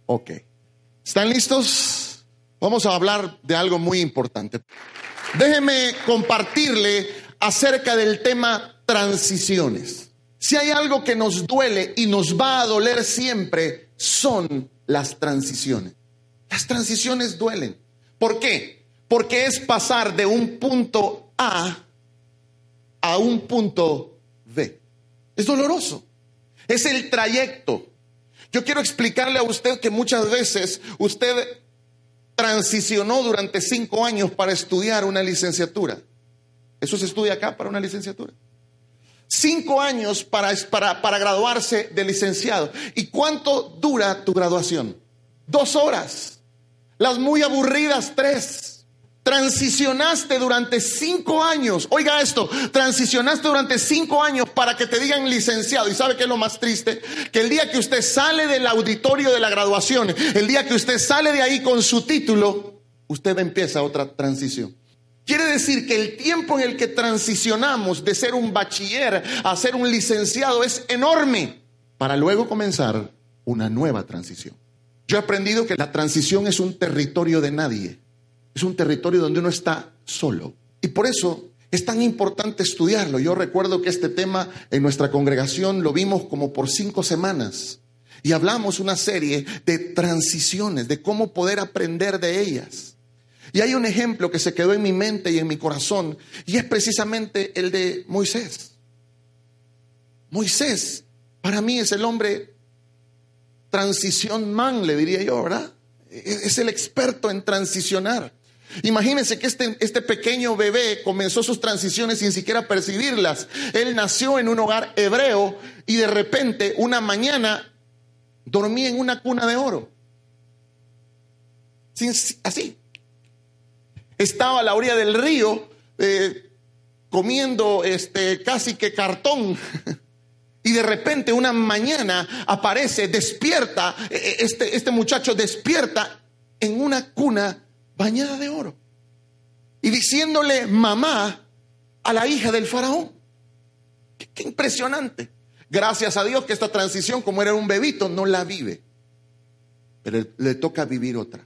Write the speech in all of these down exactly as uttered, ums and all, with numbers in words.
Ok. ¿Están listos? Vamos a hablar de algo muy importante. Déjeme compartirle acerca del tema transiciones. Si hay algo que nos duele y nos va a doler siempre, son las transiciones. Las transiciones duelen. ¿Por qué? Porque es pasar de un punto A a un punto B. Es doloroso. Es el trayecto. Yo quiero explicarle a usted que muchas veces usted transicionó durante cinco años para estudiar una licenciatura. Eso se estudia acá para una licenciatura. Cinco años para, para, para graduarse de licenciado. ¿Y cuánto dura tu graduación? Dos horas. Las muy aburridas, tres. Transicionaste durante cinco años. Oiga esto, transicionaste durante cinco años para que te digan licenciado. ¿Y sabe qué es lo más triste? Que el día que usted sale del auditorio de la graduación, el día que usted sale de ahí con su título, usted empieza otra transición. Quiere decir que el tiempo en el que transicionamos de ser un bachiller a ser un licenciado es enorme, para luego comenzar una nueva transición. Yo he aprendido que la transición es un territorio de nadie. Es un territorio donde uno está solo. Y por eso es tan importante estudiarlo. Yo recuerdo que este tema en nuestra congregación lo vimos como por cinco semanas. Y hablamos una serie de transiciones, de cómo poder aprender de ellas. Y hay un ejemplo que se quedó en mi mente y en mi corazón. Y es precisamente el de Moisés. Moisés, para mí es el hombre transición man, le diría yo, ¿verdad? Es el experto en transicionar. Imagínense que este, este pequeño bebé comenzó sus transiciones sin siquiera percibirlas. Él nació en un hogar hebreo y de repente una mañana dormía en una cuna de oro. Sin, así. Estaba a la orilla del río eh, comiendo este, casi que cartón. Y de repente una mañana aparece, despierta, este, este muchacho despierta en una cuna bañada de oro. Y diciéndole mamá a la hija del faraón. Qué, qué impresionante. Gracias a Dios que esta transición, como era un bebito, no la vive. Pero le toca vivir otra.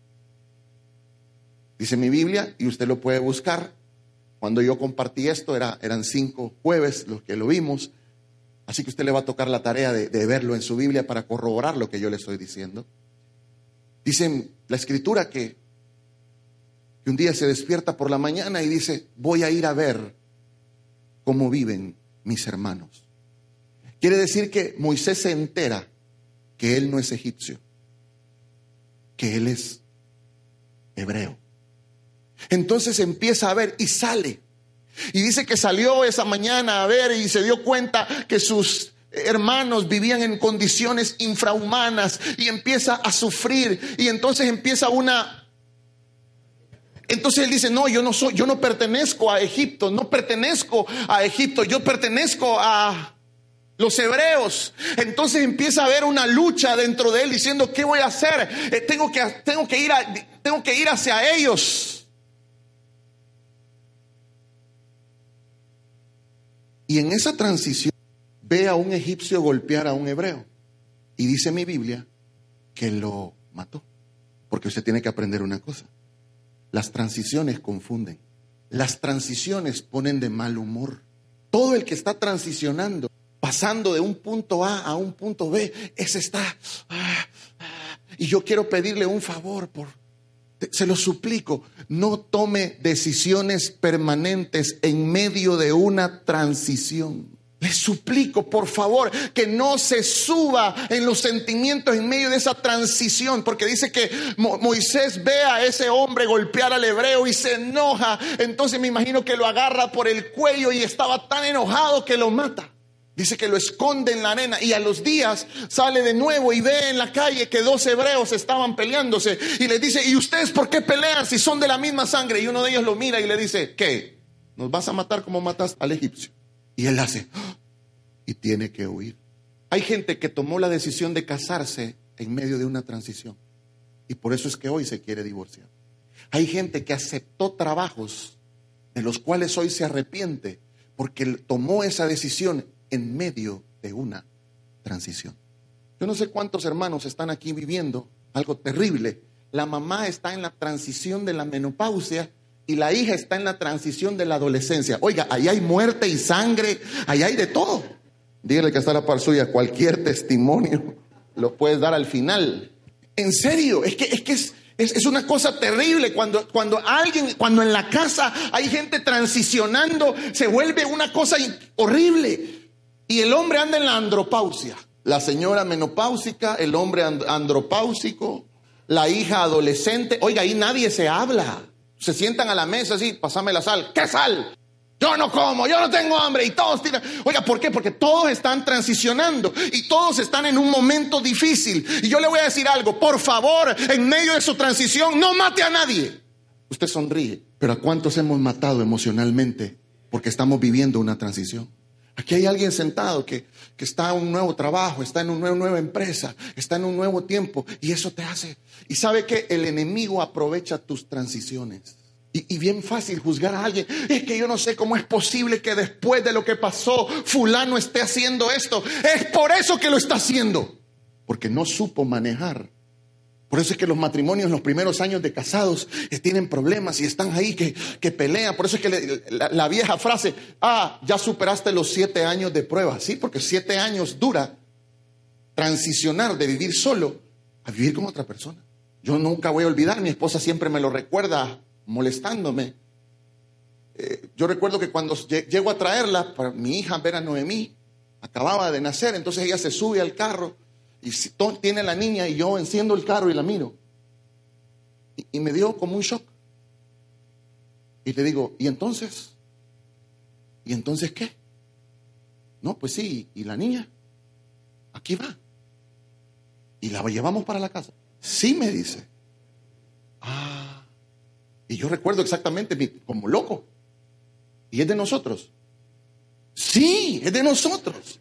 Dice mi Biblia, y usted lo puede buscar. Cuando yo compartí esto, era, eran cinco jueves los que lo vimos. Así que usted le va a tocar la tarea de, de verlo en su Biblia para corroborar lo que yo le estoy diciendo. Dice la escritura que, que un día se despierta por la mañana y dice, voy a ir a ver cómo viven mis hermanos. Quiere decir que Moisés se entera que él no es egipcio, que él es hebreo. Entonces empieza a ver y sale. Y dice que salió esa mañana a ver y se dio cuenta que sus hermanos vivían en condiciones infrahumanas y empieza a sufrir. Y entonces empieza una... Entonces él dice, no, yo no soy, yo no pertenezco a Egipto, no pertenezco a Egipto, yo pertenezco a los hebreos. Entonces empieza a haber una lucha dentro de él diciendo, ¿qué voy a hacer? Eh, tengo que, tengo que ir a, tengo que ir hacia ellos. Y en esa transición ve a un egipcio golpear a un hebreo. Y dice mi Biblia que lo mató. Porque usted tiene que aprender una cosa. Las transiciones confunden. Las transiciones ponen de mal humor. Todo el que está transicionando, pasando de un punto A a un punto B, ese está... Ah, ah, y yo quiero pedirle un favor por... Se lo suplico, no tome decisiones permanentes en medio de una transición. Le suplico, por favor, que no se suba en los sentimientos en medio de esa transición, porque dice que Mo- Moisés ve a ese hombre golpear al hebreo y se enoja. Entonces me imagino que lo agarra por el cuello y estaba tan enojado que lo mata. Dice que lo esconde en la arena y a los días sale de nuevo y ve en la calle que dos hebreos estaban peleándose y les dice, ¿y ustedes por qué pelean si son de la misma sangre? Y uno de ellos lo mira y le dice, ¿qué? ¿Nos vas a matar como mataste al egipcio? Y él hace, ¡oh! Y tiene que huir. Hay gente que tomó la decisión de casarse en medio de una transición y por eso es que hoy se quiere divorciar. Hay gente que aceptó trabajos de los cuales hoy se arrepiente porque tomó esa decisión en medio de una transición. Yo no sé cuántos hermanos están aquí viviendo algo terrible. La mamá está en la transición de la menopausia y la hija está en la transición de la adolescencia. Oiga, ahí hay muerte y sangre, ahí hay de todo. Dígale que está a la par suya, cualquier testimonio lo puedes dar al final. En serio, es que es, que es, es, es una cosa terrible cuando, cuando alguien, cuando en la casa hay gente transicionando, se vuelve una cosa horrible. Y el hombre anda en la andropausia. La señora menopáusica, el hombre and- andropáusico, la hija adolescente. Oiga, ahí nadie se habla. Se sientan a la mesa así, pásame la sal. ¿Qué sal? Yo no como, yo no tengo hambre. Y todos tiran. Oiga, ¿por qué? Porque todos están transicionando y todos están en un momento difícil. Y yo le voy a decir algo, por favor, en medio de su transición, no mate a nadie. Usted sonríe, pero ¿a cuántos hemos matado emocionalmente porque estamos viviendo una transición? Aquí hay alguien sentado que, que está en un nuevo trabajo, está en una nueva empresa, está en un nuevo tiempo y eso te hace. Y sabe que el enemigo aprovecha tus transiciones. Y, y bien fácil juzgar a alguien. Es que yo no sé cómo es posible que después de lo que pasó, fulano esté haciendo esto. Es por eso que lo está haciendo. Porque no supo manejar. Por eso es que los matrimonios en los primeros años de casados eh, tienen problemas y están ahí que, que pelean. Por eso es que le, la, la vieja frase, ah, ya superaste los siete años de prueba. Sí, porque siete años dura transicionar de vivir solo a vivir con otra persona. Yo nunca voy a olvidar, mi esposa siempre me lo recuerda molestándome. Eh, yo recuerdo que cuando llego a traerla, para mi hija ver a Noemí, acababa de nacer, entonces ella se sube al carro y tiene la niña y yo enciendo el carro y la miro. Y, y me dio como un shock. Y le digo, ¿y entonces? ¿Y entonces qué? No, pues sí, ¿y la niña? Aquí va. ¿Y la llevamos para la casa? Sí, me dice. Ah. Y yo recuerdo exactamente como loco. ¿Y es de nosotros? Sí, es de nosotros.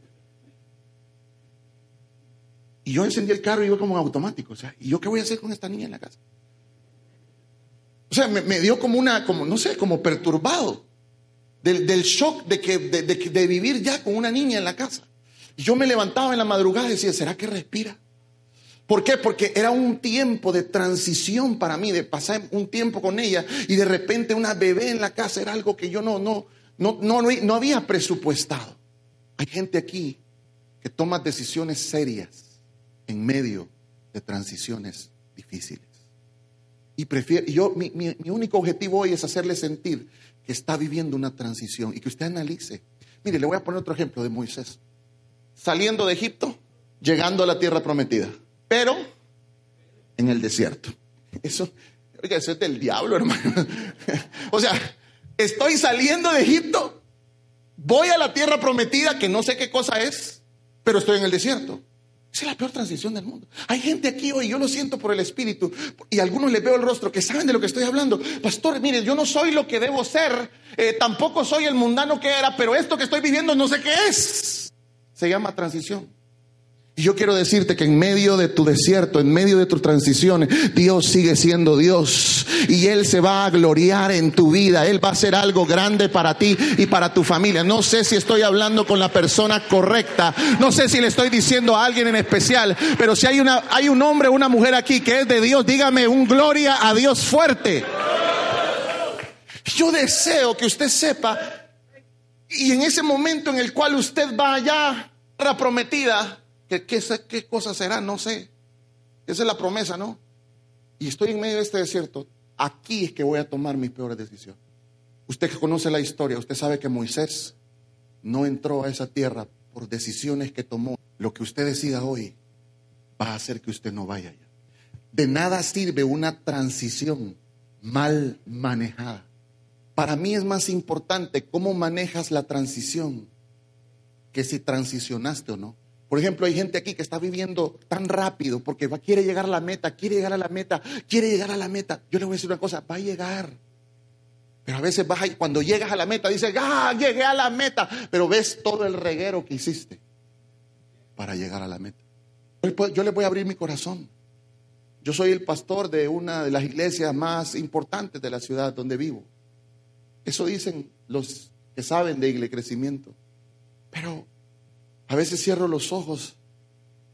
Y yo encendí el carro y iba como en automático. O sea, ¿y yo qué voy a hacer con esta niña en la casa? O sea, me, me dio como una, como no sé, como perturbado. Del, del shock de, que, de, de, de vivir ya con una niña en la casa. Y yo me levantaba en la madrugada y decía, ¿será que respira? ¿Por qué? Porque era un tiempo de transición para mí, de pasar un tiempo con ella y de repente una bebé en la casa era algo que yo no, no, no, no, no había presupuestado. Hay gente aquí que toma decisiones serias en medio de transiciones difíciles. Y prefiero, yo, mi, mi, mi único objetivo hoy es hacerle sentir que está viviendo una transición y que usted analice. Mire, le voy a poner otro ejemplo de Moisés. Saliendo de Egipto, llegando a la tierra prometida, pero en el desierto. Eso, oiga, eso es del diablo, hermano. O sea, estoy saliendo de Egipto, voy a la tierra prometida, que no sé qué cosa es, pero estoy en el desierto. Esa es la peor transición del mundo. Hay gente aquí hoy, yo lo siento por el Espíritu, y a algunos les veo el rostro que saben de lo que estoy hablando. Pastor, mire, yo no soy lo que debo ser, eh, tampoco soy el mundano que era, pero esto que estoy viviendo no sé qué es. Se llama transición. Y yo quiero decirte que en medio de tu desierto, en medio de tus transiciones, Dios sigue siendo Dios. Y Él se va a gloriar en tu vida. Él va a hacer algo grande para ti y para tu familia. No sé si estoy hablando con la persona correcta. No sé si le estoy diciendo a alguien en especial. Pero si hay, una, hay un hombre o una mujer aquí que es de Dios, dígame un gloria a Dios fuerte. Yo deseo que usted sepa. Y en ese momento en el cual usted va allá, la prometida, ¿Qué, qué, ¿Qué cosa será? No sé. Esa es la promesa, ¿no? Y estoy en medio de este desierto. Aquí es que voy a tomar mis peores decisiones. Usted que conoce la historia, usted sabe que Moisés no entró a esa tierra por decisiones que tomó. Lo que usted decida hoy va a hacer que usted no vaya allá. De nada sirve una transición mal manejada. Para mí es más importante cómo manejas la transición que si transicionaste o no. Por ejemplo, hay gente aquí que está viviendo tan rápido porque va, quiere llegar a la meta, quiere llegar a la meta, quiere llegar a la meta. Yo le voy a decir una cosa, va a llegar. Pero a veces vas a, cuando llegas a la meta, dices, ah, llegué a la meta. Pero ves todo el reguero que hiciste para llegar a la meta. Yo les voy a abrir mi corazón. Yo soy el pastor de una de las iglesias más importantes de la ciudad donde vivo. Eso dicen los que saben de iglesia crecimiento. Pero a veces cierro los ojos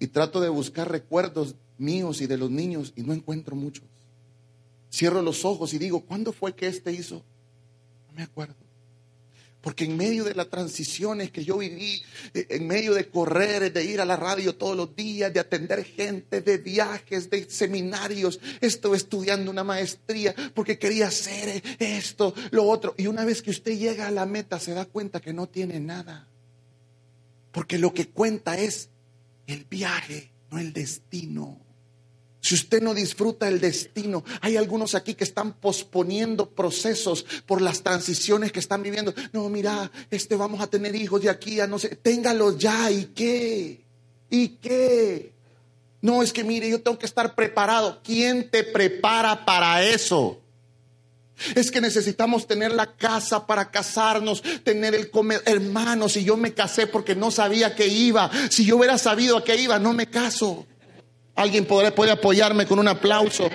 y trato de buscar recuerdos míos y de los niños y no encuentro muchos. Cierro los ojos y digo, ¿cuándo fue que este hizo? No me acuerdo. Porque en medio de las transiciones que yo viví, en medio de correr, de ir a la radio todos los días, de atender gente, de viajes, de seminarios, estuve estudiando una maestría porque quería hacer esto, lo otro. Y una vez que usted llega a la meta se da cuenta que no tiene nada. Porque lo que cuenta es el viaje, no el destino. Si usted no disfruta el destino, hay algunos aquí que están posponiendo procesos por las transiciones que están viviendo. No, mira, este vamos a tener hijos de aquí a no sé, téngalos ya, ¿y qué? ¿Y qué? No, es que mire, yo tengo que estar preparado. ¿Quién te prepara para eso? Es que necesitamos tener la casa para casarnos, tener el comer. Hermano, si yo me casé porque no sabía que iba, si yo hubiera sabido a qué iba, no me caso. Alguien puede, puede apoyarme con un aplauso.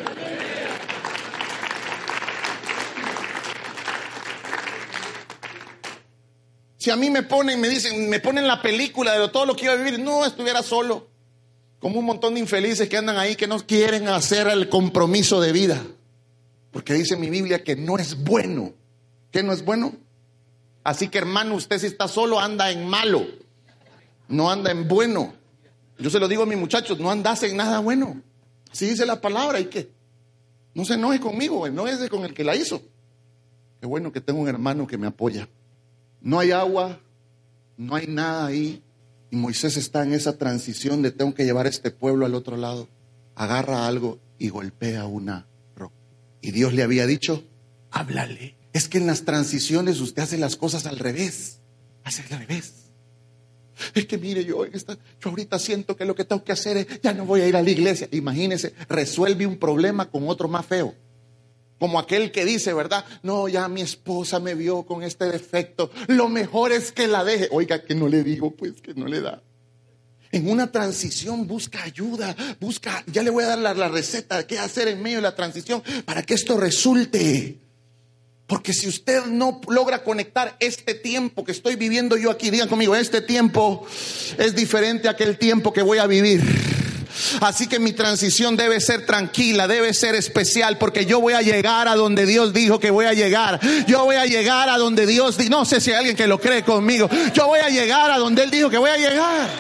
Si a mí me ponen, me dicen, me ponen la película de todo lo que iba a vivir, no estuviera solo. Como un montón de infelices que andan ahí que no quieren hacer el compromiso de vida. Porque dice mi Biblia que no es bueno. ¿Qué no es bueno? Así que hermano, usted si está solo anda en malo, no anda en bueno. Yo se lo digo a mis muchachos, no andas en nada bueno. Así dice la palabra. ¿Y qué? No se enoje conmigo, enójese con el que la hizo. Qué bueno que tengo un hermano que me apoya. No hay agua, no hay nada ahí. Y Moisés está en esa transición de tengo que llevar a este pueblo al otro lado. Agarra algo y golpea una roca. Y Dios le había dicho, háblale. Es que en las transiciones usted hace las cosas al revés. Hace al revés. Es que mire, yo, esta, yo ahorita siento que lo que tengo que hacer es, ya no voy a ir a la iglesia. Imagínese, resuelve un problema con otro más feo. Como aquel que dice, ¿verdad? No, ya mi esposa me vio con este defecto. Lo mejor es que la deje. Oiga, que no le digo, pues que no le da. En una transición busca ayuda, busca, ya le voy a dar la, la receta de qué hacer en medio de la transición para que esto resulte. Porque si usted no logra conectar este tiempo que estoy viviendo yo aquí, digan conmigo, este tiempo es diferente a aquel tiempo que voy a vivir. Así que mi transición debe ser tranquila, debe ser especial, porque yo voy a llegar a donde Dios dijo que voy a llegar. Yo voy a llegar a donde Dios dijo, no sé si hay alguien que lo cree conmigo. Yo voy a llegar a donde Él dijo que voy a llegar.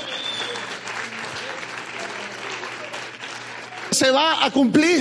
Se va a cumplir.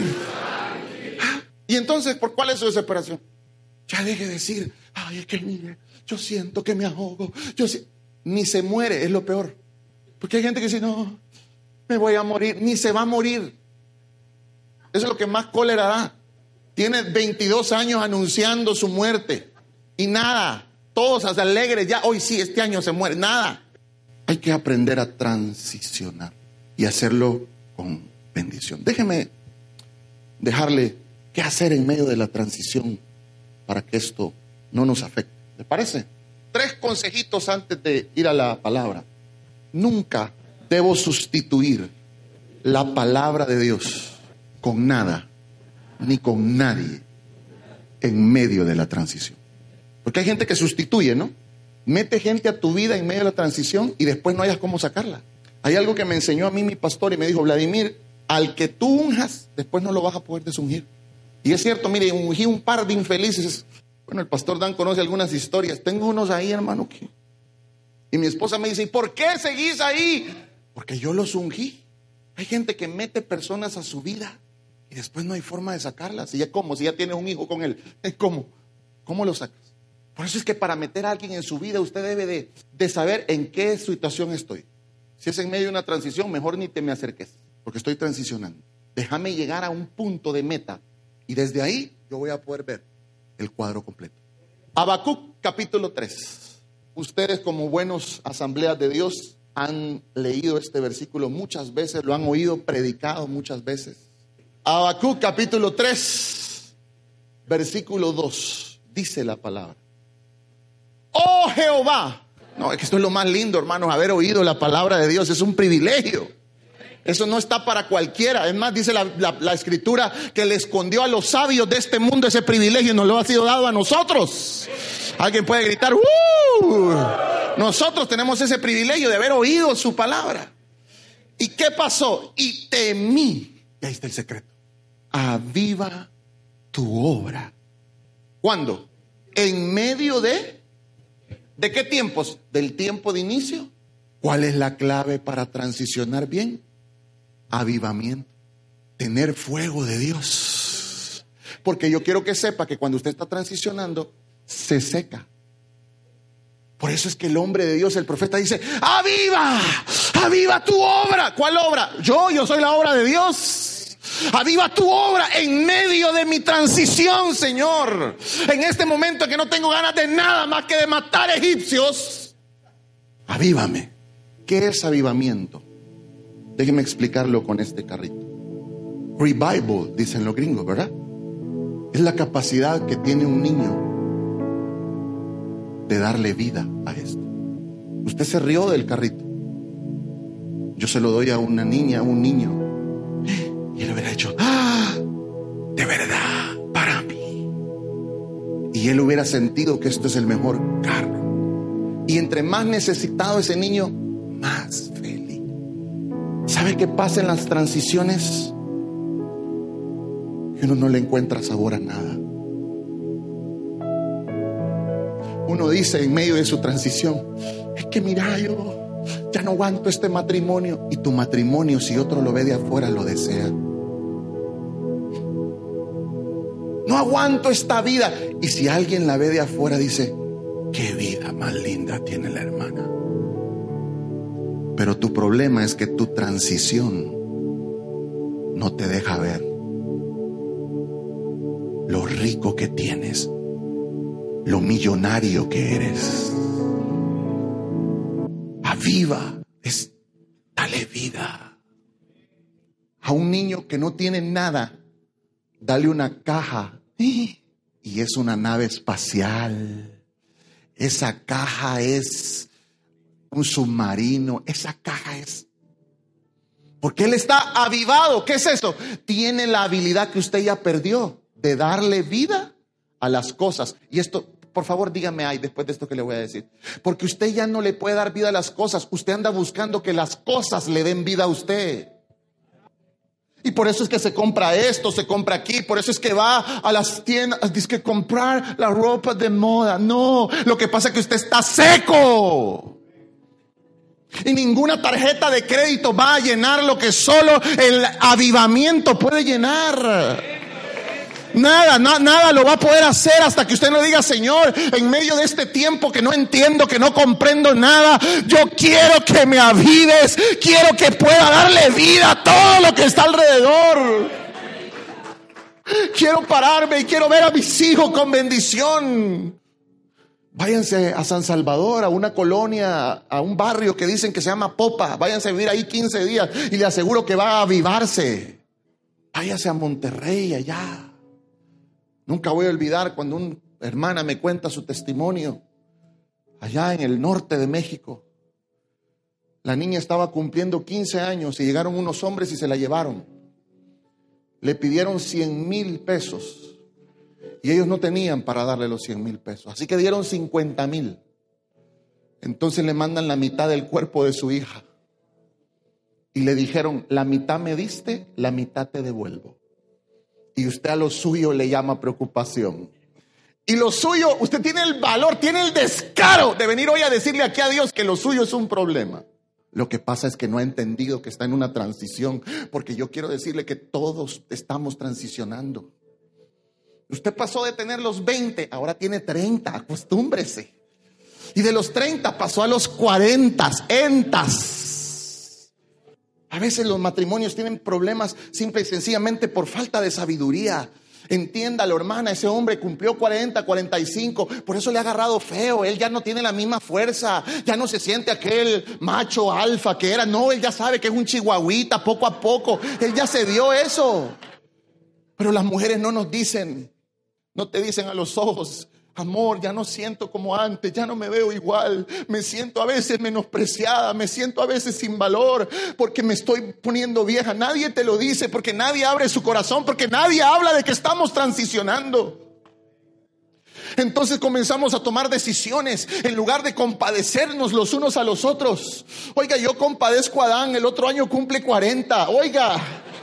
Y entonces, ¿por cuál es su desesperación? Ya deje de decir, ay, es que mire, yo siento que me ahogo. Yo si... Ni se muere, es lo peor. Porque hay gente que dice, no, me voy a morir. Ni se va a morir. Eso es lo que más cólera da. Tiene veintidós años anunciando su muerte. Y nada, todos alegres, ya hoy sí, este año se muere. Nada. Hay que aprender a transicionar y hacerlo con bendición. Déjeme dejarle qué hacer en medio de la transición para que esto no nos afecte. ¿Le parece? Tres consejitos antes de ir a la palabra. Nunca debo sustituir la palabra de Dios con nada, ni con nadie en medio de la transición. Porque hay gente que sustituye, ¿no? Mete gente a tu vida en medio de la transición y después no hayas cómo sacarla. Hay algo que me enseñó a mí mi pastor y me dijo, Vladimir, al que tú unjas, después no lo vas a poder desungir. Y es cierto, mire, ungí un par de infelices. Bueno, el pastor Dan conoce algunas historias. Tengo unos ahí, hermano, que... Y mi esposa me dice, ¿y por qué seguís ahí? Porque yo los ungí. Hay gente que mete personas a su vida y después no hay forma de sacarlas. ¿Y ya cómo? Si ya tienes un hijo con él, ¿cómo? ¿Cómo lo sacas? Por eso es que para meter a alguien en su vida usted debe de, de saber en qué situación estoy. Si es en medio de una transición, mejor ni te me acerques, porque estoy transicionando. Déjame llegar a un punto de meta y desde ahí yo voy a poder ver el cuadro completo. Habacuc capítulo tres. Ustedes como buenos asambleas de Dios han leído este versículo muchas veces, lo han oído predicado muchas veces. Habacuc capítulo tres, versículo dos, dice la palabra. Oh Jehová. No, es que esto es lo más lindo, hermanos, haber oído la palabra de Dios, es un privilegio. Eso no está para cualquiera. Es más, dice la, la, la escritura que le escondió a los sabios de este mundo ese privilegio y nos lo ha sido dado a nosotros. Alguien puede gritar, ¡uh! Nosotros tenemos ese privilegio de haber oído su palabra. ¿Y qué pasó? Y temí. Y ahí está el secreto. Aviva tu obra. ¿Cuándo? En medio de... ¿De qué tiempos? ¿Del tiempo de inicio? ¿Cuál es la clave para transicionar bien? Avivamiento. Tener fuego de Dios. Porque yo quiero que sepa que cuando usted está transicionando, se seca. Por eso es que el hombre de Dios, el profeta, dice: aviva, aviva tu obra. ¿Cuál obra? Yo, yo soy la obra de Dios. Aviva tu obra en medio de mi transición, Señor. En este momento que no tengo ganas de nada más que de matar egipcios, avívame. ¿Qué es avivamiento? Déjenme explicarlo con este carrito. Revival, dicen los gringos, ¿verdad? Es la capacidad que tiene un niño de darle vida a esto. Usted se rió del carrito. Yo se lo doy a una niña, a un niño, y él hubiera hecho: ¡ah! De verdad, para mí. Y él hubiera sentido que esto es el mejor carro. Y entre más necesitado ese niño, más feliz. ¿Sabe qué pasa en las transiciones? Que uno no le encuentra sabor a nada. Uno dice en medio de su transición: es que mira, yo ya no aguanto este matrimonio. Y tu matrimonio, si otro lo ve de afuera, lo desea. No aguanto esta vida. Y si alguien la ve de afuera, dice: qué vida más linda tiene la hermana. Pero tu problema es que tu transición no te deja ver lo rico que tienes, lo millonario que eres. Aviva, es dale vida. A un niño que no tiene nada, dale una caja y es una nave espacial. Esa caja es un submarino. Esa caja es... Porque él está avivado. ¿Qué es eso? Tiene la habilidad que usted ya perdió de darle vida a las cosas. Y esto, por favor, dígame ahí después de esto que le voy a decir. Porque usted ya no le puede dar vida a las cosas. Usted anda buscando que las cosas le den vida a usted. Y por eso es que se compra esto, se compra aquí. Por eso es que va a las tiendas, dice que comprar la ropa de moda. No, lo que pasa es que usted está seco. Y ninguna tarjeta de crédito va a llenar lo que solo el avivamiento puede llenar. Nada, na, nada lo va a poder hacer hasta que usted no diga: Señor, en medio de este tiempo que no entiendo, que no comprendo nada, yo quiero que me avives, quiero que pueda darle vida a todo lo que está alrededor. Quiero pararme y quiero ver a mis hijos con bendición. Váyanse a San Salvador, a una colonia, a un barrio que dicen que se llama Popa. Váyanse a vivir ahí quince días y le aseguro que va a avivarse. Váyase a Monterrey, allá. Nunca voy a olvidar cuando una hermana me cuenta su testimonio allá en el norte de México. La niña estaba cumpliendo quince años y llegaron unos hombres y se la llevaron. Le pidieron cien mil pesos y ellos no tenían para darle los cien mil pesos. Así que dieron cincuenta mil. Entonces le mandan la mitad del cuerpo de su hija y le dijeron: la mitad me diste, la mitad te devuelvo. Y usted a lo suyo le llama preocupación. Y lo suyo, usted tiene el valor, tiene el descaro de venir hoy a decirle aquí a Dios que lo suyo es un problema. Lo que pasa es que no ha entendido que está en una transición. Porque yo quiero decirle que todos estamos transicionando. Usted pasó de tener los veinte, ahora tiene treinta, acostúmbrese. Y de los treinta pasó a los cuarenta, entas. A veces los matrimonios tienen problemas simple y sencillamente por falta de sabiduría. Entiéndalo, hermana, ese hombre cumplió cuarenta, cuarenta y cinco, por eso le ha agarrado feo. Él ya no tiene la misma fuerza, ya no se siente aquel macho alfa que era. No, él ya sabe que es un chihuahuita poco a poco. Él ya se dio eso. Pero las mujeres no nos dicen, no te dicen a los ojos: amor, ya no siento como antes, ya no me veo igual, me siento a veces menospreciada, me siento a veces sin valor, porque me estoy poniendo vieja. Nadie te lo dice, porque nadie abre su corazón, porque nadie habla de que estamos transicionando. Entonces comenzamos a tomar decisiones en lugar de compadecernos los unos a los otros. Oiga, yo compadezco a Adán, el otro año cumple cuarenta. Oiga,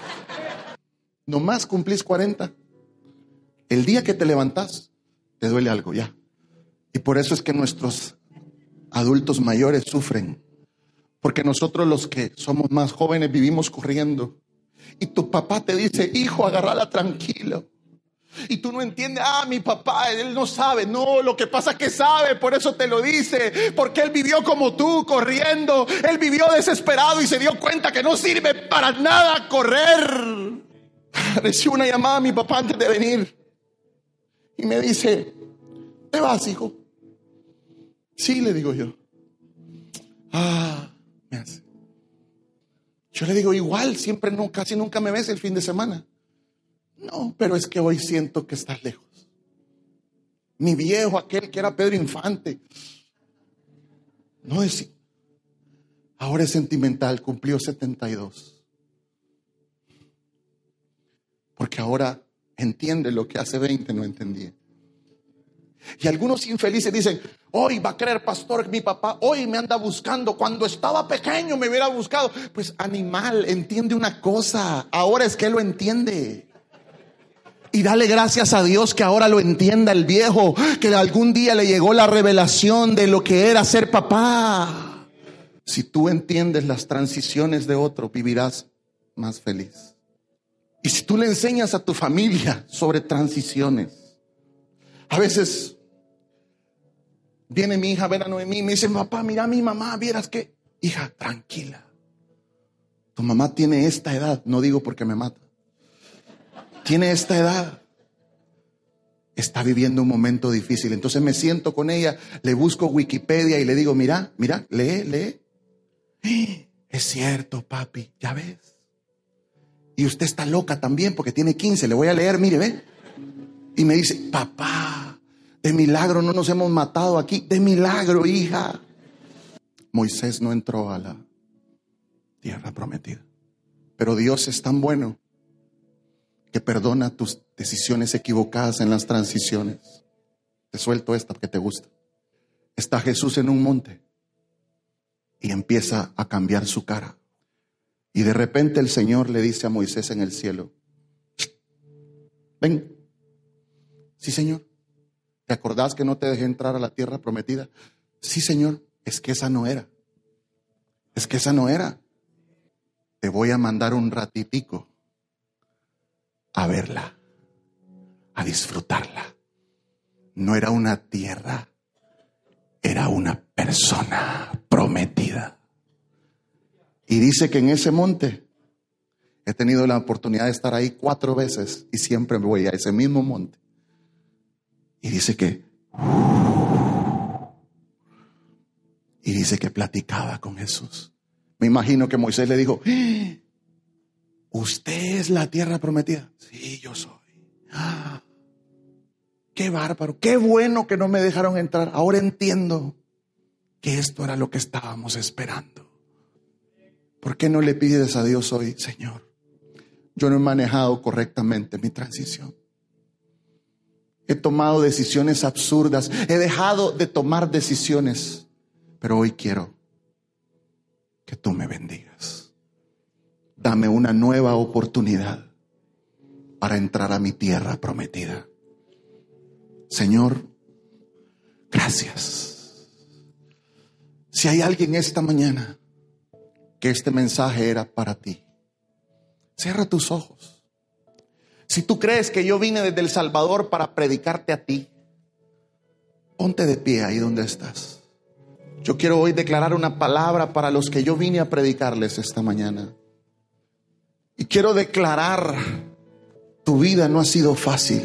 nomás cumplís cuarenta. El día que te levantás, te duele algo ya. Y por eso es que nuestros adultos mayores sufren. Porque nosotros los que somos más jóvenes vivimos corriendo. Y tu papá te dice, hijo, agárrala tranquilo. Y tú no entiendes, ah, mi papá, él no sabe. No, lo que pasa es que sabe, por eso te lo dice. Porque él vivió como tú, corriendo. Él vivió desesperado y se dio cuenta que no sirve para nada correr. Recibo una llamada a mi papá antes de venir. Y me dice, ¿te vas, hijo? Sí, le digo yo. Ah, me hace. Yo le digo, igual, siempre, no, casi nunca me ves el fin de semana. No, pero es que hoy siento que estás lejos. Mi viejo, aquel que era Pedro Infante. No es. Ahora es sentimental, cumplió setenta y dos. Porque ahora entiende lo que hace veinte no entendía. Y algunos infelices dicen, hoy va a creer, pastor, mi papá hoy me anda buscando. Cuando estaba pequeño me hubiera buscado. Pues animal, entiende una cosa. Ahora es que lo entiende. Y dale gracias a Dios que ahora lo entienda el viejo, que algún día le llegó la revelación de lo que era ser papá. Si tú entiendes las transiciones de otro, vivirás más feliz. Y si tú le enseñas a tu familia sobre transiciones, a veces viene mi hija a ver a Noemí y me dice, papá, mira a mi mamá, vieras que, hija, tranquila. Tu mamá tiene esta edad, no digo porque me mata. Tiene esta edad, está viviendo un momento difícil. Entonces me siento con ella, le busco Wikipedia y le digo, mira, mira, lee, lee. Es cierto, papi, ya ves. Y usted está loca también porque tiene quince, le voy a leer, mire, ve. Y me dice, papá, de milagro no nos hemos matado aquí, de milagro, hija. Moisés no entró a la tierra prometida, pero Dios es tan bueno que perdona tus decisiones equivocadas en las transiciones. Te suelto esta porque te gusta. Está Jesús en un monte y empieza a cambiar su cara. Y de repente el Señor le dice a Moisés en el cielo, ven. Sí, Señor. ¿Te acordás que no te dejé entrar a la tierra prometida? Sí, Señor. Es que esa no era. Es que esa no era. Te voy a mandar un ratitico a verla, a disfrutarla. No era una tierra, era una persona prometida. Y dice que en ese monte he tenido la oportunidad de estar ahí cuatro veces y siempre me voy a ese mismo monte. Y dice que y dice que platicaba con Jesús. Me imagino que Moisés le dijo, ¿usted es la tierra prometida? Sí, yo soy. Ah, qué bárbaro, qué bueno que no me dejaron entrar. Ahora entiendo que esto era lo que estábamos esperando. ¿Por qué no le pides a Dios hoy, Señor? Yo no he manejado correctamente mi transición. He tomado decisiones absurdas. He dejado de tomar decisiones. Pero hoy quiero que tú me bendigas. Dame una nueva oportunidad para entrar a mi tierra prometida. Señor, gracias. Si hay alguien esta mañana que este mensaje era para ti, cierra tus ojos. Si tú crees que yo vine desde El Salvador para predicarte a ti, ponte de pie ahí donde estás. Yo quiero hoy declarar una palabra para los que yo vine a predicarles esta mañana. Y quiero declarar, tu vida no ha sido fácil.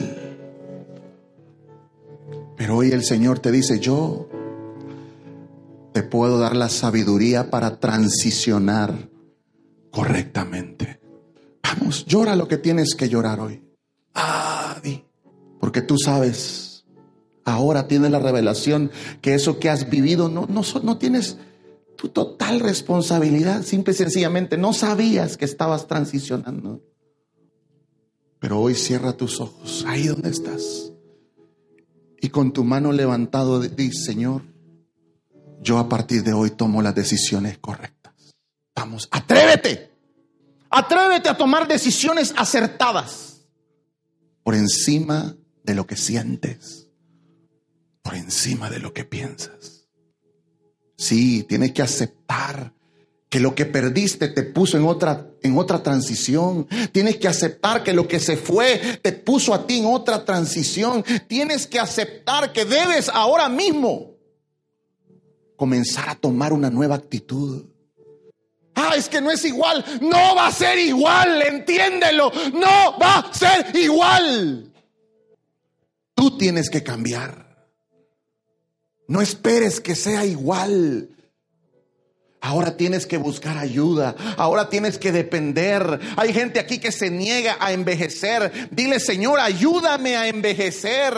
Pero hoy el Señor te dice, yo te puedo dar la sabiduría para transicionar correctamente. Vamos, llora lo que tienes que llorar hoy. Ah, di. Porque tú sabes, ahora tienes la revelación que eso que has vivido no, no, no tienes tu total responsabilidad. Simple y sencillamente no sabías que estabas transicionando. Pero hoy cierra tus ojos ahí donde estás y y con tu mano levantada di: Señor, yo a partir de hoy tomo las decisiones correctas. Vamos, atrévete. Atrévete a tomar decisiones acertadas. Por encima de lo que sientes. Por encima de lo que piensas. Sí, tienes que aceptar que lo que perdiste te puso en otra, en otra transición. Tienes que aceptar que lo que se fue te puso a ti en otra transición. Tienes que aceptar que debes ahora mismo comenzar a tomar una nueva actitud. Ah, es que no es igual. No va a ser igual, entiéndelo. No va a ser igual. Tú tienes que cambiar. No esperes que sea igual. Ahora tienes que buscar ayuda. Ahora tienes que depender. Hay gente aquí que se niega a envejecer. Dile: Señor, ayúdame a envejecer.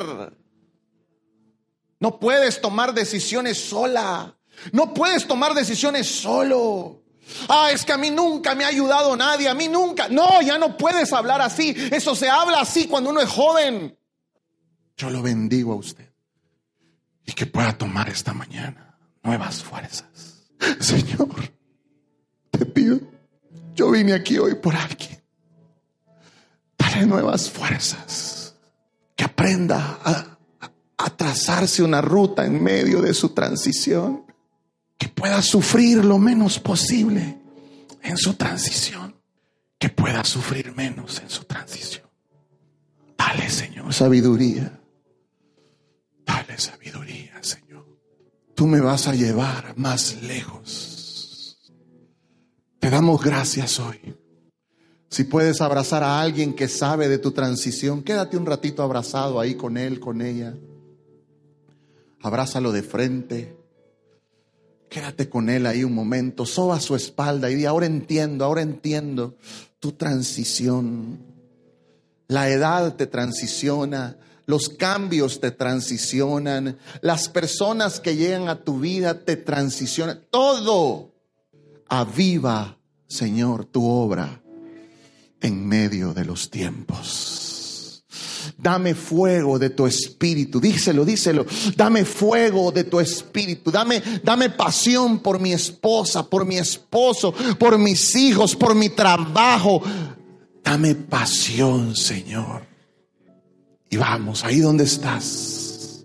No puedes tomar decisiones sola. No puedes tomar decisiones solo. Ah, es que a mí nunca me ha ayudado nadie. A mí nunca. No, ya no puedes hablar así. Eso se habla así cuando uno es joven. Yo lo bendigo a usted. Y que pueda tomar esta mañana nuevas fuerzas. Señor, te pido, yo vine aquí hoy por alguien. Dale nuevas fuerzas. Que aprenda a, a, a trazarse una ruta en medio de su transición. Que pueda sufrir lo menos posible en su transición. Que pueda sufrir menos en su transición. Dale, Señor, sabiduría. Dale sabiduría, Señor. Tú me vas a llevar más lejos. Te damos gracias hoy. Si puedes abrazar a alguien que sabe de tu transición, quédate un ratito abrazado ahí con él, con ella. Abrázalo de frente. Quédate con él ahí un momento. Soba su espalda y di: ahora entiendo, ahora entiendo tu transición. La edad te transiciona. Los cambios te transicionan. Las personas que llegan a tu vida te transicionan. Todo. Aviva, Señor, tu obra en medio de los tiempos. Dame fuego de tu espíritu. Díselo, díselo. Dame fuego de tu espíritu. Dame, dame pasión por mi esposa, por mi esposo, por mis hijos, por mi trabajo. Dame pasión, Señor. Y vamos, ahí donde estás,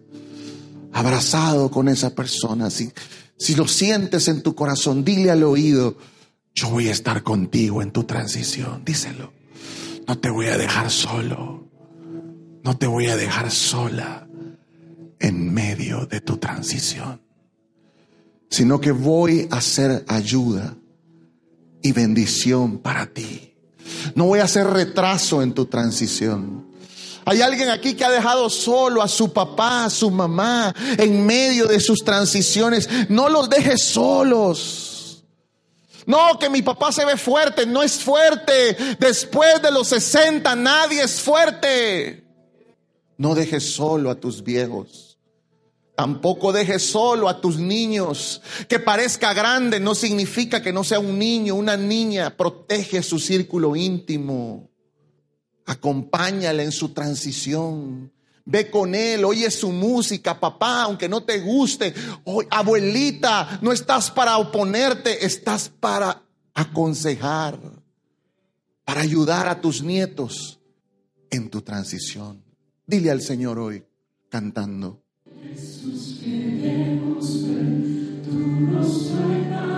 abrazado con esa persona. Si, si lo sientes en tu corazón, dile al oído: yo voy a estar contigo en tu transición. Díselo. No te voy a dejar solo. No te voy a dejar sola en medio de tu transición. Sino que voy a ser ayuda y bendición para ti. No voy a hacer retraso en tu transición. Hay alguien aquí que ha dejado solo a su papá, a su mamá, en medio de sus transiciones. No los dejes solos. No, que mi papá se ve fuerte. No es fuerte. Después de los sesenta nadie es fuerte. No dejes solo a tus viejos. Tampoco dejes solo a tus niños. Que parezca grande no significa que no sea un niño, una niña. Protege su círculo íntimo. Acompáñale en su transición. Ve con él, oye su música, papá, aunque no te guste. Oh, abuelita, no estás para oponerte, estás para aconsejar, para ayudar a tus nietos en tu transición. Dile al Señor hoy, cantando: Jesús, queremos ver tu rostro en